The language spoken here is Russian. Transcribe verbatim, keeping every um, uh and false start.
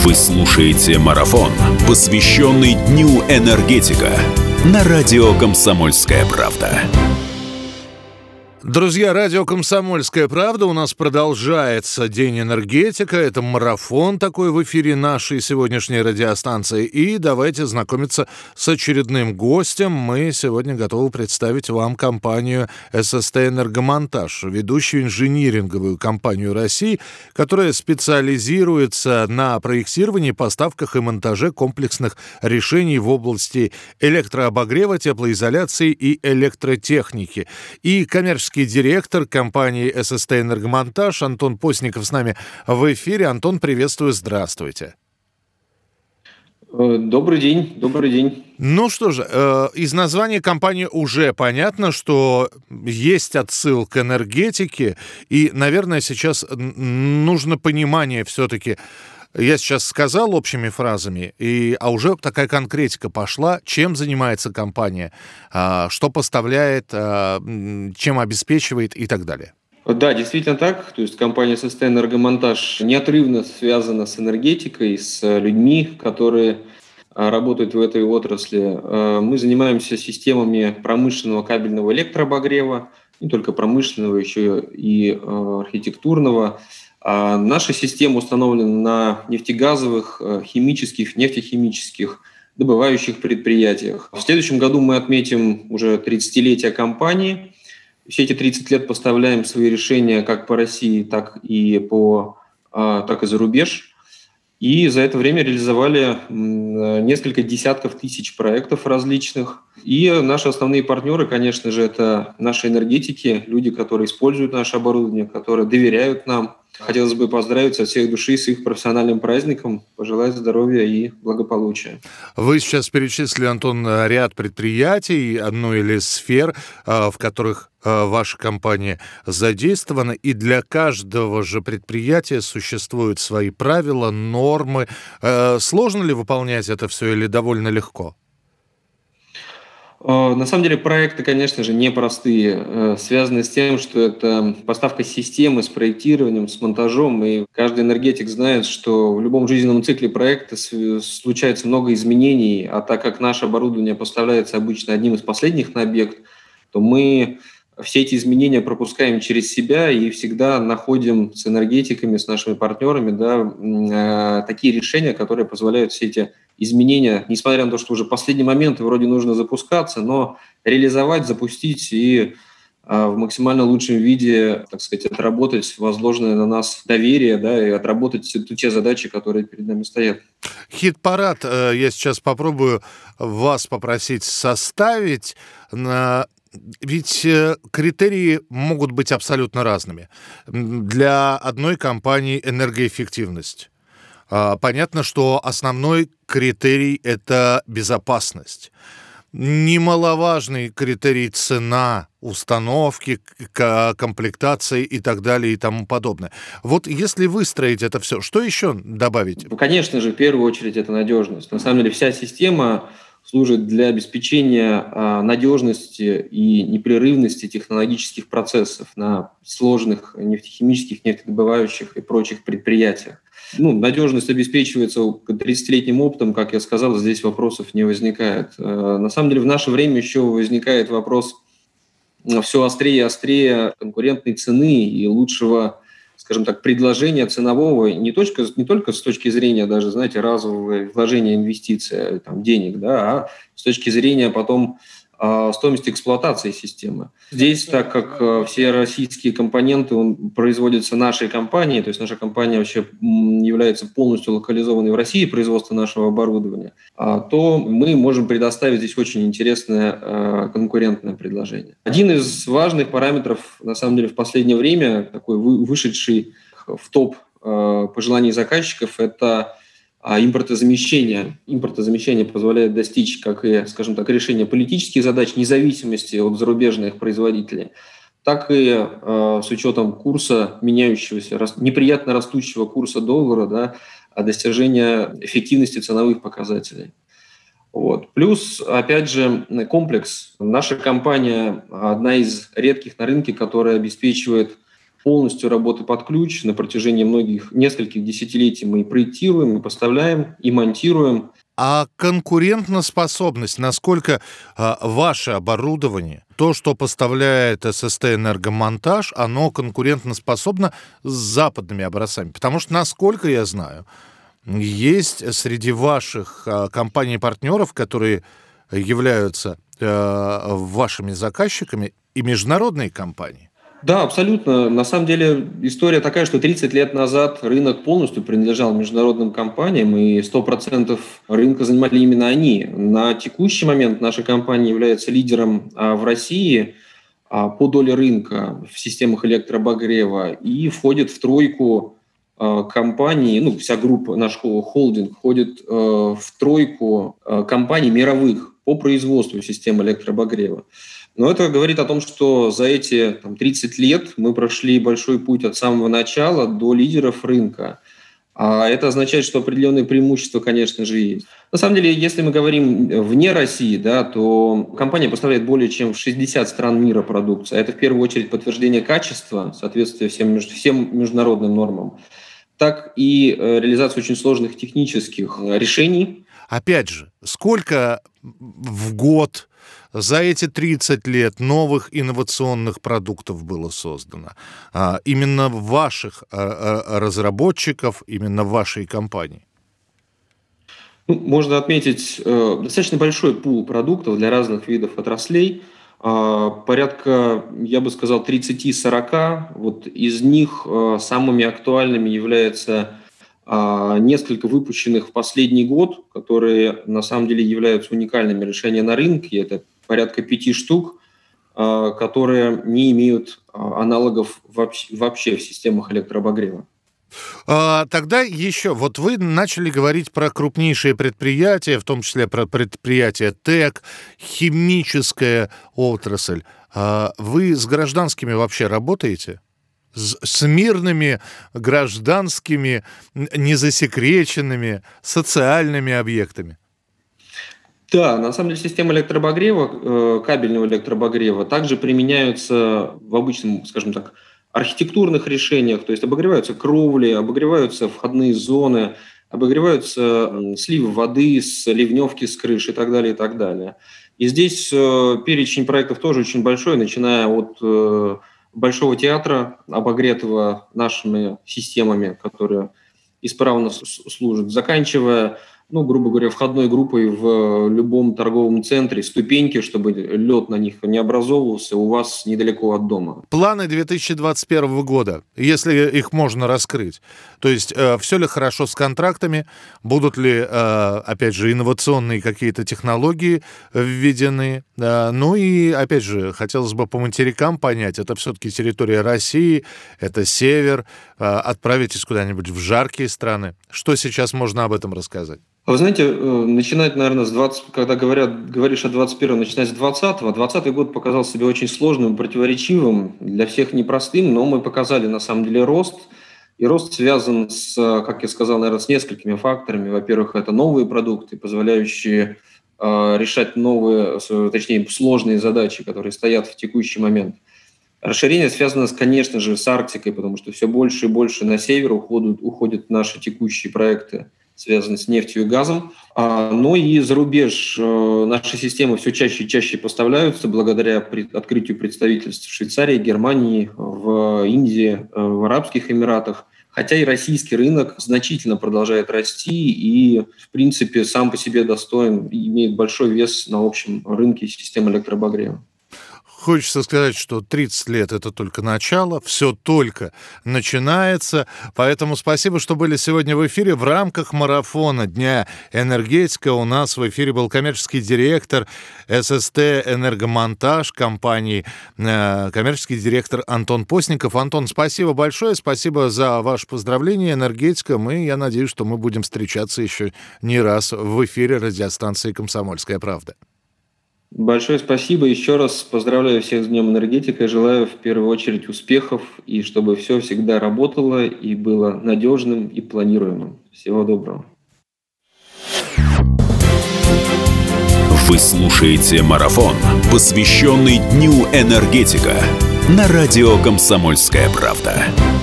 Вы слушаете марафон, посвященный Дню энергетика на радио «Комсомольская правда». Друзья, радио «Комсомольская правда», у нас продолжается День энергетика. Это марафон такой в эфире нашей сегодняшней радиостанции. И давайте знакомиться с очередным гостем. Мы сегодня готовы представить вам компанию эс эс тэ «Энергомонтаж», ведущую инжиниринговую компанию России, которая специализируется на проектировании, поставках и монтаже комплексных решений в области электрообогрева, теплоизоляции и электротехники. И коммерческий директор компании эс эс тэ «Энергомонтаж» Антон Постников с нами в эфире. Антон, приветствую, здравствуйте. Добрый день, добрый день. Ну что же, э, из названия компании уже понятно, что есть отсыл к энергетике, и, наверное, сейчас нужно понимание все-таки. Я сейчас сказал общими фразами, и, а уже такая конкретика пошла, чем занимается компания, а, что поставляет, а, чем обеспечивает и так далее. Да, действительно так. То есть компания эс эс тэ «Энергомонтаж» неотрывно связана с энергетикой, с людьми, которые работают в этой отрасли. Мы занимаемся системами промышленного кабельного электрообогрева, не только промышленного, еще и архитектурного. А наша система установлена на нефтегазовых, химических, нефтехимических, добывающих предприятиях. В следующем году мы отметим уже тридцатилетие компании. Все эти тридцать лет поставляем свои решения как по России, так и, по, так и за рубеж. И за это время реализовали несколько десятков тысяч проектов различных. И наши основные партнеры, конечно же, это наши энергетики, люди, которые используют наше оборудование, которые доверяют нам. Хотелось бы поздравить от всей души с их профессиональным праздником, пожелать здоровья и благополучия. Вы сейчас перечислили, Антон, ряд предприятий, одну или сфер, в которых ваша компания задействована, и для каждого же предприятия существуют свои правила, нормы. Сложно ли выполнять это все или довольно легко? На самом деле проекты, конечно же, непростые, связаны с тем, что это поставка системы с проектированием, с монтажом, и каждый энергетик знает, что в любом жизненном цикле проекта случается много изменений, а так как наше оборудование поставляется обычно одним из последних на объект, то мы все эти изменения пропускаем через себя и всегда находим с энергетиками, с нашими партнерами, да, такие решения, которые позволяют все эти изменения, несмотря на то, что уже последний момент вроде нужно запускаться, но реализовать, запустить и а, в максимально лучшем виде, так сказать, отработать возложенное на нас доверие, да, и отработать те задачи, которые перед нами стоят. Хит-парад я сейчас попробую вас попросить составить. Ведь критерии могут быть абсолютно разными. Для одной компании энергоэффективность. Понятно, что основной критерий – это безопасность. Немаловажный критерий – цена, установки, комплектации и так далее и тому подобное. Вот если выстроить это все, что еще добавить? Ну, конечно же, в первую очередь это надежность. На самом деле вся система служит для обеспечения а, надежности и непрерывности технологических процессов на сложных нефтехимических, нефтедобывающих и прочих предприятиях. Ну, надежность обеспечивается тридцатилетним опытом, как я сказал, здесь вопросов не возникает. А, на самом деле в наше время еще возникает вопрос все острее и острее конкурентной цены и лучшего, скажем так, предложения ценового, не только, не только с точки зрения даже, знаете, разового вложения инвестиций, там, денег, да, а с точки зрения потом э, стоимости эксплуатации системы. Здесь, так как э, все российские компоненты он, производятся нашей компанией, то есть наша компания вообще м, является полностью локализованной в России, производство нашего оборудования, а, то мы можем предоставить здесь очень интересное э, конкурентное предложение. Один из важных параметров, на самом деле, в последнее время, такой вы, вышедший в топ э, пожеланий заказчиков, это импортозамещение. Импортозамещение позволяет достичь, как и, скажем так, решения политических задач, независимости от зарубежных производителей, так и э, с учетом курса меняющегося, рас, неприятно растущего курса доллара, да, достижения эффективности ценовых показателей. Вот. Плюс, опять же, комплекс. Наша компания одна из редких на рынке, которая обеспечивает полностью работы под ключ. На протяжении многих, нескольких десятилетий мы и проектируем, и поставляем, и монтируем. А конкурентоспособность, насколько а, ваше оборудование, то, что поставляет эс эс тэ «Энергомонтаж», оно конкурентоспособно с западными образцами? Потому что, насколько я знаю, есть среди ваших а, компаний-партнеров, которые являются а, вашими заказчиками, и международные компании. Да, абсолютно. На самом деле история такая, что тридцать лет назад рынок полностью принадлежал международным компаниям, и сто процентов рынка занимали именно они. На текущий момент наша компания является лидером в России по доле рынка в системах электрообогрева и входит в тройку компаний, ну, вся группа, наш холдинг входит в тройку компаний мировых по производству систем электрообогрева. Но это говорит о том, что за эти там, тридцать лет мы прошли большой путь от самого начала до лидеров рынка. А это означает, что определенные преимущества, конечно же, есть. На самом деле, если мы говорим вне России, да, то компания поставляет более чем в шестьдесят стран мира продукцию. Это в первую очередь подтверждение качества, соответствия всем, всем международным нормам, так и э, реализация очень сложных технических решений. Опять же, сколько в год за эти тридцать лет новых инновационных продуктов было создано? А, именно ваших а, разработчиков, именно вашей компании? Ну, можно отметить э, достаточно большой пул продуктов для разных видов отраслей. Э, порядка, я бы сказал, тридцать-сорок. Вот из них э, самыми актуальными являются э, несколько выпущенных в последний год, которые на самом деле являются уникальными решениями на рынке. Это порядка пяти штук, э, которые не имеют э, аналогов вообще, вообще в системах электрообогрева. А, тогда еще, вот вы начали говорить про крупнейшие предприятия, в том числе про предприятия ТЭК, химическая отрасль. А вы с гражданскими вообще работаете? С, с мирными, гражданскими, незасекреченными, социальными объектами? Да, на самом деле система электрообогрева, кабельного электрообогрева также применяются в обычном, скажем так, архитектурных решениях, то есть обогреваются кровли, обогреваются входные зоны, обогреваются сливы воды с ливневки с крыш и так далее, и так далее. И здесь перечень проектов тоже очень большой, начиная от Большого театра, обогретого нашими системами, которые исправно служат, заканчивая, ну, грубо говоря, входной группой в любом торговом центре, ступеньки, чтобы лед на них не образовывался у вас недалеко от дома. Планы две тысячи двадцать первого года, если их можно раскрыть. То есть э, все ли хорошо с контрактами, будут ли, э, опять же, инновационные какие-то технологии введены. Э, ну и, опять же, хотелось бы по материкам понять, это все-таки территория России, это север, э, отправитесь куда-нибудь в жаркие страны. Что сейчас можно об этом рассказать? Вы знаете, начинать, наверное, с двадцатого, когда говорят, говоришь о двадцать первом, начинать с двадцатого. двадцатый год показал себя очень сложным и противоречивым, для всех непростым, но мы показали, на самом деле, рост. И рост связан с, как я сказал, наверное, с несколькими факторами. Во-первых, это новые продукты, позволяющие э, решать новые, точнее, сложные задачи, которые стоят в текущий момент. Расширение связано, конечно же, с Арктикой, потому что все больше и больше на север уходят, уходят наши текущие проекты, связанные с нефтью и газом. А, ну и за рубеж э, наши системы все чаще и чаще поставляются благодаря при, открытию представительств в Швейцарии, Германии, в Индии, э, в Арабских Эмиратах. Хотя и российский рынок значительно продолжает расти и, в принципе, сам по себе достоин и имеет большой вес на общем рынке систем электрообогрева. Хочется сказать, что тридцать лет – это только начало, все только начинается. Поэтому спасибо, что были сегодня в эфире. В рамках марафона Дня энергетика у нас в эфире был коммерческий директор эс эс тэ «Энергомонтаж» компании, э, коммерческий директор Антон Постников. Антон, спасибо большое, спасибо за ваше поздравление энергетикам. И я надеюсь, что мы будем встречаться еще не раз в эфире радиостанции «Комсомольская правда». Большое спасибо. Еще раз поздравляю всех с Днем энергетика. Желаю в первую очередь успехов и чтобы все всегда работало и было надежным и планируемым. Всего доброго. Вы слушаете марафон, посвященный Дню энергетика. на радио «Комсомольская правда».